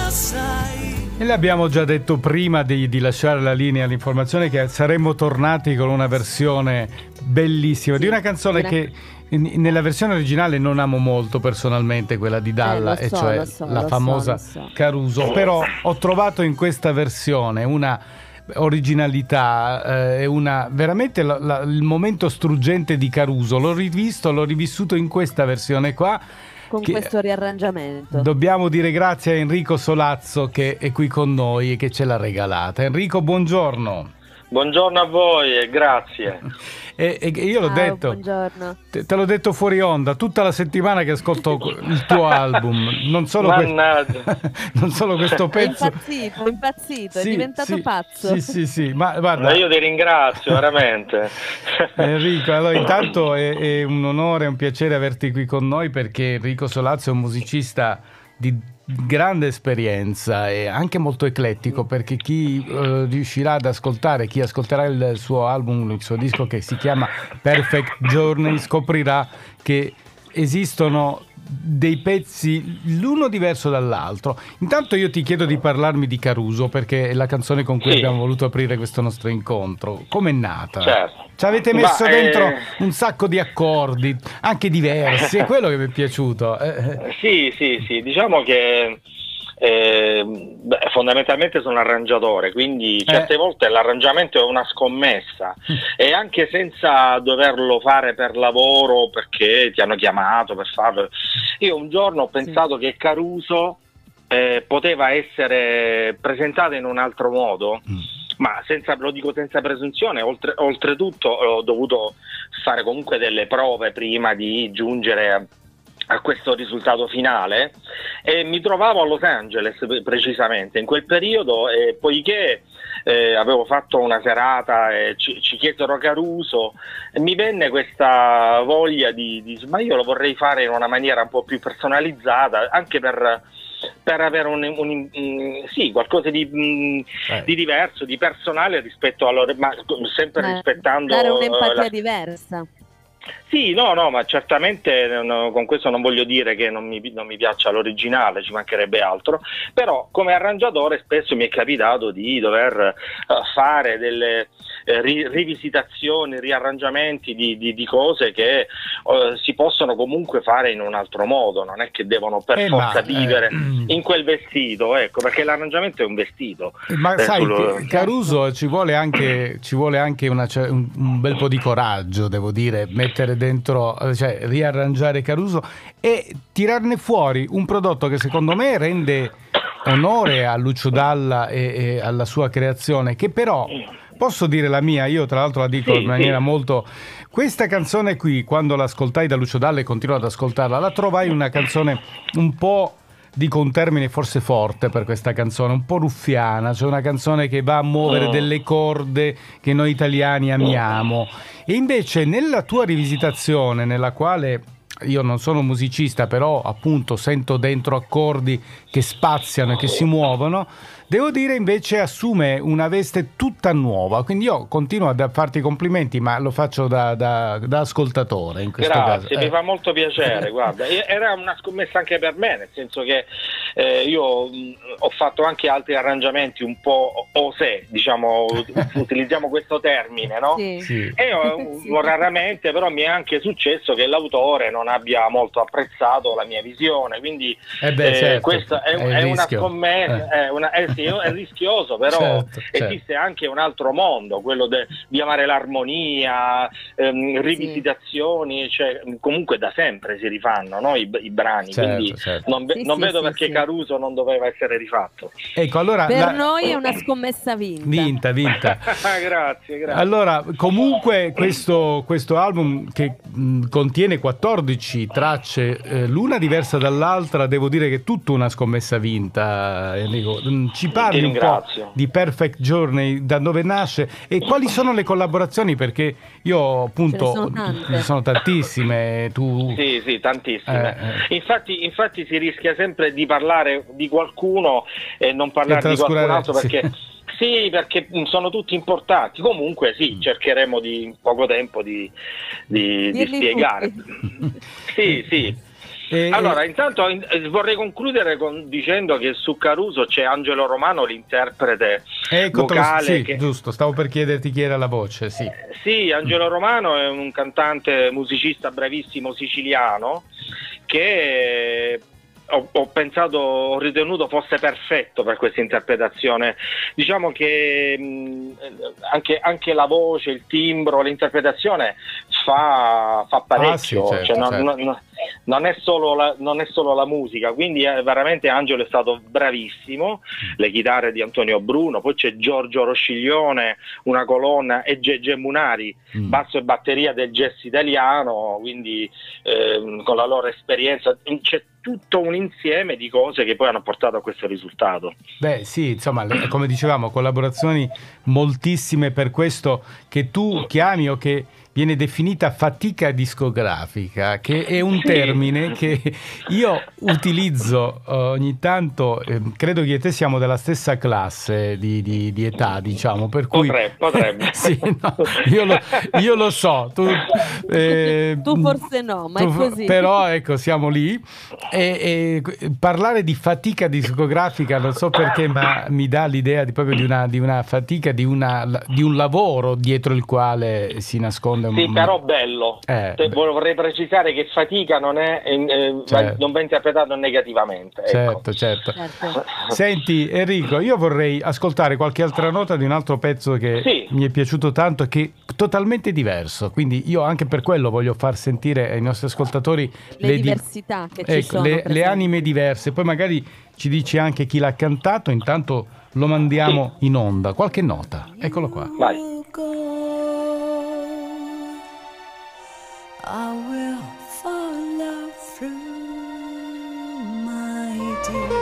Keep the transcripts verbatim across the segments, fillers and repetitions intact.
sai. E l'abbiamo già detto prima di, di lasciare la linea all'informazione che saremmo tornati con una versione bellissima, sì, di una canzone una... che nella versione originale non amo molto personalmente, quella di Dalla, eh, so, e cioè so, la famosa so, so. Caruso, però ho trovato in questa versione una originalità, eh, una veramente la, la, il momento struggente di Caruso. L'ho rivisto, l'ho rivissuto in questa versione qua, con questo riarrangiamento. Dobbiamo dire grazie a Enrico Solazzo che è qui con noi e che ce l'ha regalata. Enrico, buongiorno. Buongiorno a voi e grazie. E, e io l'ho Ciao, detto, buongiorno. Te, te l'ho detto fuori onda, tutta la settimana che ascolto il tuo album, non solo, que- non solo questo pezzo. È impazzito, è impazzito, sì, è diventato sì, pazzo. Sì, sì, sì, ma guarda. Ma io ti ringrazio veramente. Enrico, allora intanto è, è un onore, è un piacere averti qui con noi, perché Enrico Solazzo è un musicista di grande esperienza e anche molto eclettico, perché chi eh, riuscirà ad ascoltare, chi ascolterà il suo album, il suo disco che si chiama Perfect Journey, scoprirà che esistono dei pezzi l'uno diverso dall'altro. Intanto io ti chiedo di parlarmi di Caruso, perché è la canzone con cui sì. abbiamo voluto aprire questo nostro incontro. Com'è nata? Certo. Ci avete messo Ma, dentro eh... un sacco di accordi, anche diversi, è quello che mi è piaciuto. Eh. Sì, sì, sì, diciamo che eh, beh, fondamentalmente sono arrangiatore, quindi certe eh. volte l'arrangiamento è una scommessa e anche senza doverlo fare per lavoro, perché ti hanno chiamato per farlo. Io un giorno ho pensato sì. che Caruso eh, poteva essere presentata in un altro modo. Mm. Ma senza, lo dico senza presunzione, oltre, oltretutto ho dovuto fare comunque delle prove prima di giungere a, a questo risultato finale, e mi trovavo a Los Angeles precisamente in quel periodo, e poiché eh, avevo fatto una serata e ci, ci chiesero Caruso, e mi venne questa voglia di, di ma io lo vorrei fare in una maniera un po' più personalizzata, anche per per avere un, un, un sì, qualcosa di, eh. di diverso, di personale rispetto a loro, ma sempre Beh, rispettando dare un'empatia la... diversa. Sì, no, no, ma certamente no, con questo non voglio dire che non mi, non mi piaccia l'originale, ci mancherebbe altro, però come arrangiatore spesso mi è capitato di dover uh, fare delle eh, ri, rivisitazioni, riarrangiamenti di, di, di cose che uh, si possono comunque fare in un altro modo, non è che devono per eh, forza ma, vivere eh, in quel vestito, ecco, perché l'arrangiamento è un vestito. Ma sai, sullo... Caruso ci vuole anche, ci vuole anche una, un, un bel po' di coraggio, devo dire, mettere dentro, cioè riarrangiare Caruso e tirarne fuori un prodotto che secondo me rende onore a Lucio Dalla e, e alla sua creazione, che però, posso dire la mia, io tra l'altro la dico sì, in maniera sì. molto... Questa canzone qui, quando l'ascoltai da Lucio Dalla e continuo ad ascoltarla, la trovai una canzone un po', dico un termine forse forte per questa canzone, un po' ruffiana, cioè una canzone che va a muovere delle corde che noi italiani amiamo. E invece nella tua rivisitazione, nella quale io non sono musicista, però appunto sento dentro accordi che spaziano e che si muovono, devo dire invece assume una veste tutta nuova, quindi io continuo a farti complimenti, ma lo faccio da, da, da ascoltatore in questo Grazie, caso. Grazie, mi eh. fa molto piacere, guarda, era una scommessa anche per me, nel senso che eh, io mh, ho fatto anche altri arrangiamenti un po' osè, diciamo, utilizziamo questo termine, no? Sì. Sì. E io, sì. raramente, però mi è anche successo che l'autore non abbia molto apprezzato la mia visione, quindi eh beh, eh, certo, questa è, è, è una scommessa, eh. è, una, è, sì, è rischioso, però certo, esiste certo. anche un altro mondo, quello de, di amare l'armonia, ehm, rivisitazioni, sì. cioè, comunque da sempre si rifanno, no? I, i brani, certo, quindi certo. non, sì, non sì, vedo sì, perché sì. Caruso non doveva essere rifatto. Ecco, allora, per la... noi è una scommessa vinta. Vinta, vinta. grazie, grazie. Allora, comunque questo, questo album che mh, contiene quattordici tracce, eh, l'una diversa dall'altra, devo dire che è tutta una scommessa vinta, Enrico. Ci parli un po' di Perfect Journey, da dove nasce e quali sono le collaborazioni, perché io appunto sono, tante. sono tantissime. Tu... Sì, sì, tantissime. Eh, eh. Infatti, infatti si rischia sempre di parlare di qualcuno e non parlare di qualcun altro, perché sì. Sì, perché sono tutti importanti. Comunque sì, cercheremo di in poco tempo di, di, di spiegare. Sì, sì. E, Allora, e... intanto in, vorrei concludere con, dicendo che su Caruso c'è Angelo Romano, l'interprete ecco, vocale. Sì, che... giusto, stavo per chiederti chi era la voce, sì. Eh, sì, Angelo Romano è un cantante musicista bravissimo siciliano che... Ho, ho pensato, ho ritenuto fosse perfetto per questa interpretazione. Diciamo che mh, anche, anche la voce, il timbro, l'interpretazione fa, fa parecchio. Ah, sì, certo, cioè, non, certo. non, non, è solo la, non è solo la musica, quindi eh, veramente Angelo è stato bravissimo. Le chitarre di Antonio Bruno, poi c'è Giorgio Rosciglione, una colonna, e Gege Munari, Mm. basso e batteria del jazz italiano, quindi ehm, con la loro esperienza c'è tutto un insieme di cose che poi hanno portato a questo risultato. Beh sì, insomma, le- come dicevamo, collaborazioni moltissime, per questo che tu chiami o che viene definita fatica discografica, che è un Sì. termine che io utilizzo eh, ogni tanto, eh, credo che io e te siamo della stessa classe di, di- di età, diciamo, per cui... Potrebbe, potrebbe. Sì, no, io, lo, io lo so, tu, eh, Tu forse no, ma tu- è così. Però ecco, siamo lì e, e parlare di fatica discografica non so perché, ma mi dà l'idea di, proprio di una, di una fatica, di, una, di un lavoro dietro il quale si nasconde un... Sì, però bello. Eh, Te- beh. vorrei precisare che fatica non, è, eh, va- Certo. non va interpretato negativamente. ecco. Certo, certo. Certo. Senti Enrico, io vorrei ascoltare qualche altra nota di un altro pezzo che Sì. mi è piaciuto tanto e che è totalmente diverso, quindi io anche per quello voglio far sentire ai nostri ascoltatori Le di- diversità che ci ecco, sono le, le presenti. anime diverse, poi magari ci dici anche chi l'ha cantato, intanto lo mandiamo in onda, qualche nota, eccolo qua. Vai. I will follow through, my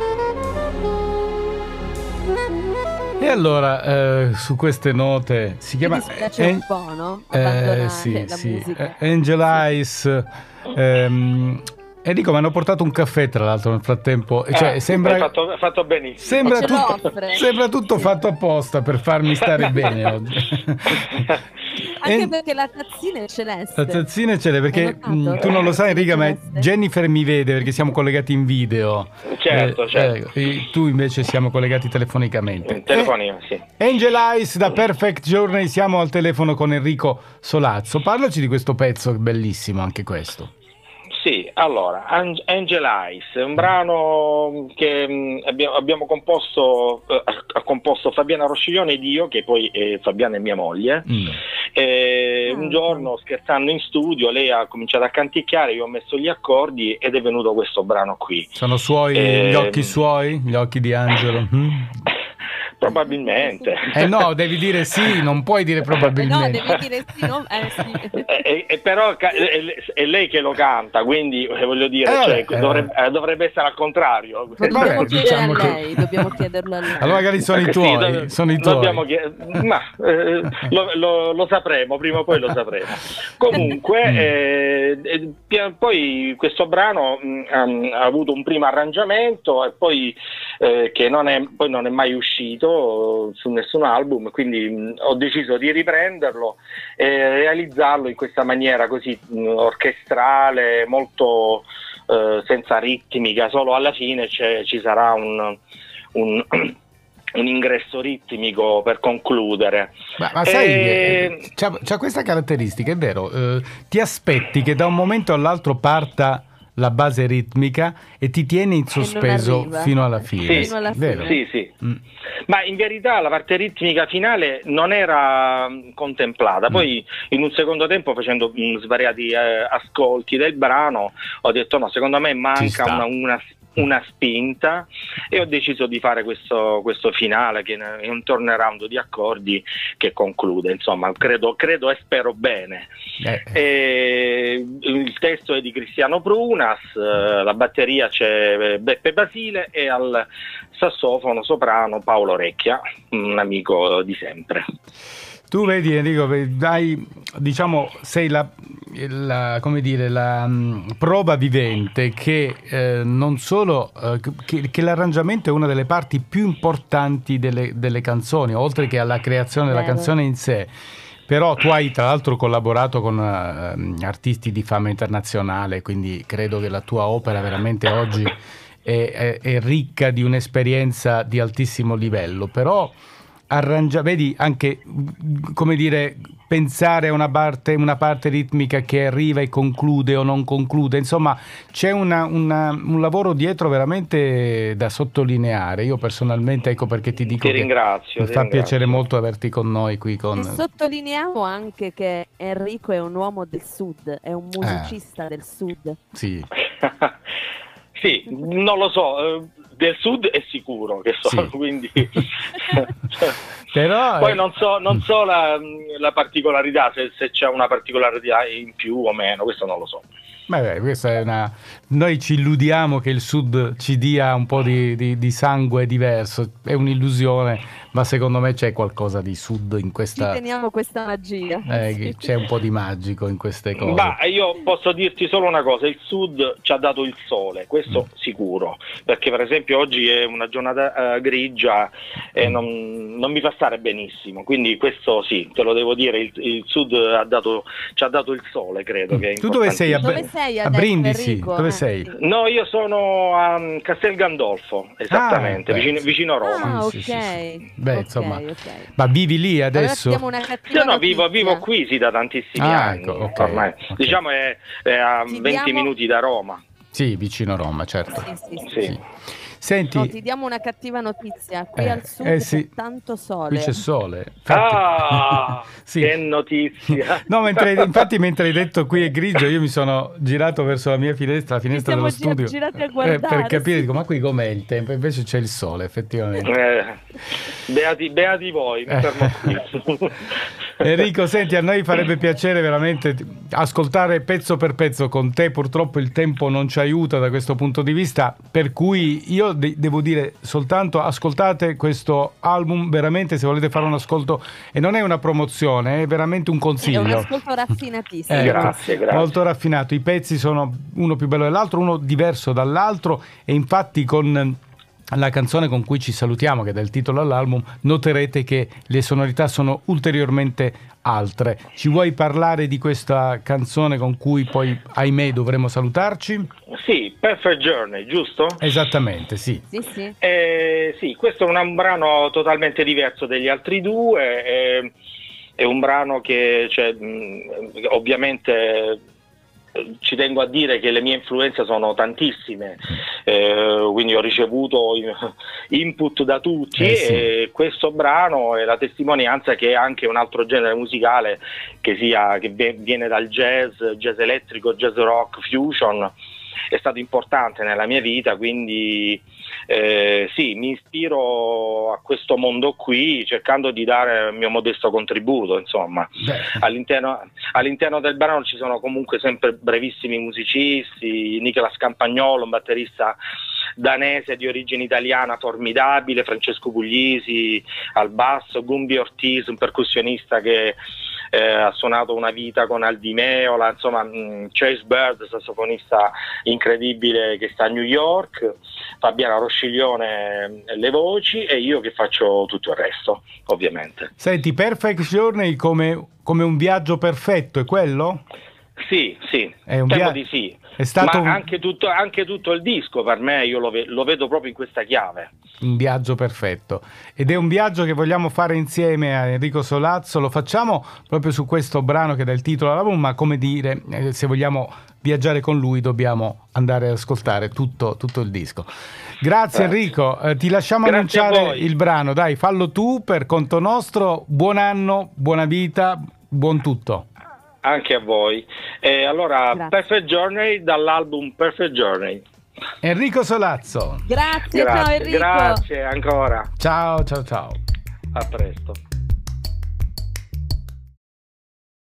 dear. E allora, eh, su queste note si Mi chiama dispiace eh, un po', no? eh, Abbandonare sì, la sì, musica. eh, Angel Eyes. ehm, Enrico, mi hanno portato un caffè tra l'altro nel frattempo, cioè, Ah, sembra, hai fatto, hai fatto benissimo. sembra, E ce lo tutto, offre. sembra tutto Sì. fatto apposta per farmi stare bene oggi. Anche E- perché la tazzina è celeste. La tazzina ce l'hai perché Hai notato? mh, tu non lo sai Enrica, ma Celeste. Jennifer mi vede perché siamo collegati in video. Certo, certo. e tu invece siamo collegati telefonicamente. Telefonino, sì. Eh, Angel Eyes da Perfect Journey, siamo al telefono con Enrico Solazzo. Parlaci di questo pezzo, bellissimo anche questo. Sì, allora, Ang- Angel Eyes è un brano che mh, abbiamo, abbiamo composto, eh, ha composto Fabiana Rosciglione ed io, che poi eh, Fabiana è mia moglie. Mm. E Ah, un giorno, scherzando in studio, lei ha cominciato a canticchiare, io ho messo gli accordi ed è venuto questo brano qui. Sono suoi Eh, gli occhi suoi, gli occhi di Angelo? Mm. Probabilmente. Eh no, devi dire sì, non puoi dire Eh no, probabilmente. devi dire sì, no? Eh, sì. E, e però ca- è, è lei che lo canta, quindi eh, voglio dire, Eh, cioè, vabbè, eh. dovrebbe, eh, dovrebbe essere al contrario. Lo dobbiamo Vabbè, chiedere diciamo a che- lei, dobbiamo chiederlo a lei. Allora magari sono i Sì, tuoi, do- sono i tuoi. dobbiamo chied- ma eh, lo, lo- lo sapremo, prima o poi lo sapremo. Comunque, Mm. eh, eh, pia- poi questo brano mh, ha, ha avuto un primo arrangiamento e poi eh, che non è, poi non è mai uscito su nessun album, quindi mh, ho deciso di riprenderlo e realizzarlo in questa maniera così mh, orchestrale, molto eh, senza ritmica, solo alla fine c'è- ci sarà un, un un ingresso ritmico per concludere. Ma, ma sai, Eh, che c'ha, c'ha questa caratteristica, è vero, eh, ti aspetti che da un momento all'altro parta la base ritmica e ti tiene in sospeso arriva. fino alla fine. Sì, Fino alla vero? fine. Sì, sì. Mm. Ma in verità la parte ritmica finale non era mh, contemplata. Poi in un secondo tempo, facendo mh, svariati eh, ascolti del brano, ho detto no, secondo me Ci manca sta. una, una, una spinta e ho deciso di fare questo, questo finale che è un turnaround di accordi che conclude. Insomma, credo, credo e spero bene. Eh, E il testo è di Cristiano Prunas, eh, la batteria c'è Beppe Basile e al sassofono soprano Paolo Recchia, un amico di sempre. Tu vedi Enrico, dai, diciamo, sei la, la, come dire, la mh, prova vivente che eh, non solo eh, che, che l'arrangiamento è una delle parti più importanti delle, delle canzoni, oltre che alla creazione della Vero. canzone in sé, però tu hai tra l'altro collaborato con uh, artisti di fama internazionale, quindi credo che la tua opera veramente oggi è, è, è ricca di un'esperienza di altissimo livello, però arrangia, vedi anche, come dire, pensare a una parte, una parte ritmica che arriva e conclude o non conclude, insomma c'è una, una, un lavoro dietro veramente da sottolineare. Io personalmente, ecco perché ti dico Ti che ringrazio, mi ti fa ringrazio. piacere molto averti con noi qui con... E sottolineiamo anche che Enrico è un uomo del sud, è un musicista del sud. Sì. Sì, non lo so, eh, del sud è sicuro che so, Sì. quindi Però poi eh, non so, non so la, la particolarità, se, se c'è una particolarità in più o meno, questo non lo so. beh, questa è una... Noi ci illudiamo che il sud ci dia un po' di, di, di sangue diverso, è un'illusione, ma secondo me c'è qualcosa di sud in Ci questa... teniamo questa magia. Eh, Sì. c'è un po' di magico in queste cose. Ma io posso dirti solo una cosa, il sud ci ha dato il sole, questo Mm. sicuro, perché per esempio oggi è una giornata eh, grigia e Mm. non, non mi fa stare benissimo, quindi questo sì, te lo devo dire, il, il sud ha dato, ci ha dato il sole, credo che è Tu dove sei? A, importantissimo. Dove sei a adesso, Brindisi? Enrico? Dove Eh, sei? sì. No, io sono a mm, Castel Gandolfo, esattamente, Ah, beh, vicino, sì. vicino a Roma. Ah, ok. Sì, sì, sì. Beh, Ok, insomma, ok. ma vivi lì Allora adesso? ti diamo una cattiva Io no, vivo, notizia. vivo qui sì, da tantissimi Ah, anni, ecco, ok, ormai. ok. Diciamo è, è a Ti venti diamo- minuti da Roma. Sì, vicino a Roma, certo. Sì, sì, sì. Sì. Sì. Senti, No, ti diamo una cattiva notizia. Qui Eh, al sud eh sì. c'è tanto sole. qui c'è sole. Infatti- Ah, Sì. che notizia! No, mentre, infatti mentre hai detto qui è grigio, io mi sono girato verso la mia finestra, la finestra siamo dello gira- studio, girati a eh, guardare, per capire, sì. dico, ma qui com'è il tempo? Invece c'è il sole, effettivamente. Eh, beati, beati voi, mi fermo qui. Enrico, senti, a noi farebbe piacere veramente ascoltare pezzo per pezzo con te, purtroppo il tempo non ci aiuta da questo punto di vista, per cui io de- devo dire soltanto ascoltate questo album, veramente se volete fare un ascolto, e non è una promozione, è veramente un È un consiglio. ascolto raffinatissimo. Ecco, Grazie, grazie. molto raffinato, i pezzi sono uno più bello dell'altro, uno diverso dall'altro, e infatti con la canzone con cui ci salutiamo, che dà il titolo all'album, noterete che le sonorità sono ulteriormente altre. Ci vuoi parlare di questa canzone con cui poi, ahimè, dovremo salutarci? Sì, Perfect Journey, giusto? Esattamente, sì. Sì, sì. Eh, sì, questo è un brano totalmente diverso degli altri due, è, è un brano che cioè, mh, ovviamente eh, ci tengo a dire che le mie influenze sono tantissime, eh, quindi ho ricevuto input da tutti Eh sì. e questo brano è la testimonianza che è anche un altro genere musicale che, sia, che viene dal jazz, jazz elettrico, jazz rock, fusion, è stato importante nella mia vita, quindi eh, sì, mi ispiro a questo mondo qui cercando di dare il mio modesto contributo, insomma. Beh, All'interno, all'interno del brano ci sono comunque sempre brevissimi musicisti, Nicola Scampagnolo, un batterista danese di origine italiana formidabile, Francesco Puglisi al basso, Gumbi Ortiz, un percussionista che eh, ha suonato una vita con Aldi Meola, insomma mh, Chase Bird, sassofonista incredibile che sta a New York, Fabiana Rosciglione eh, le voci e io che faccio tutto il resto, ovviamente. senti, Perfect Journey come, come un viaggio perfetto, è quello? Sì, sì, È un temo via- di sì. È stato Ma un- anche, tutto, anche tutto il disco per me io lo, ve- lo vedo proprio in questa chiave. Un viaggio perfetto, ed è un viaggio che vogliamo fare insieme a Enrico Solazzo. Lo facciamo proprio su questo brano che dà il titolo all'album, ma come dire, eh, se vogliamo viaggiare con lui dobbiamo andare ad ascoltare tutto, tutto il disco. Grazie Eh. Enrico, eh, ti lasciamo Grazie a annunciare voi. il brano, dai, fallo tu per conto nostro. Buon anno, buona vita, buon tutto. Anche a voi. E allora, Grazie. Perfect Journey dall'album Perfect Journey. Enrico Solazzo, Grazie, ciao Grazie, Enrico. grazie ancora. ciao ciao ciao. A presto.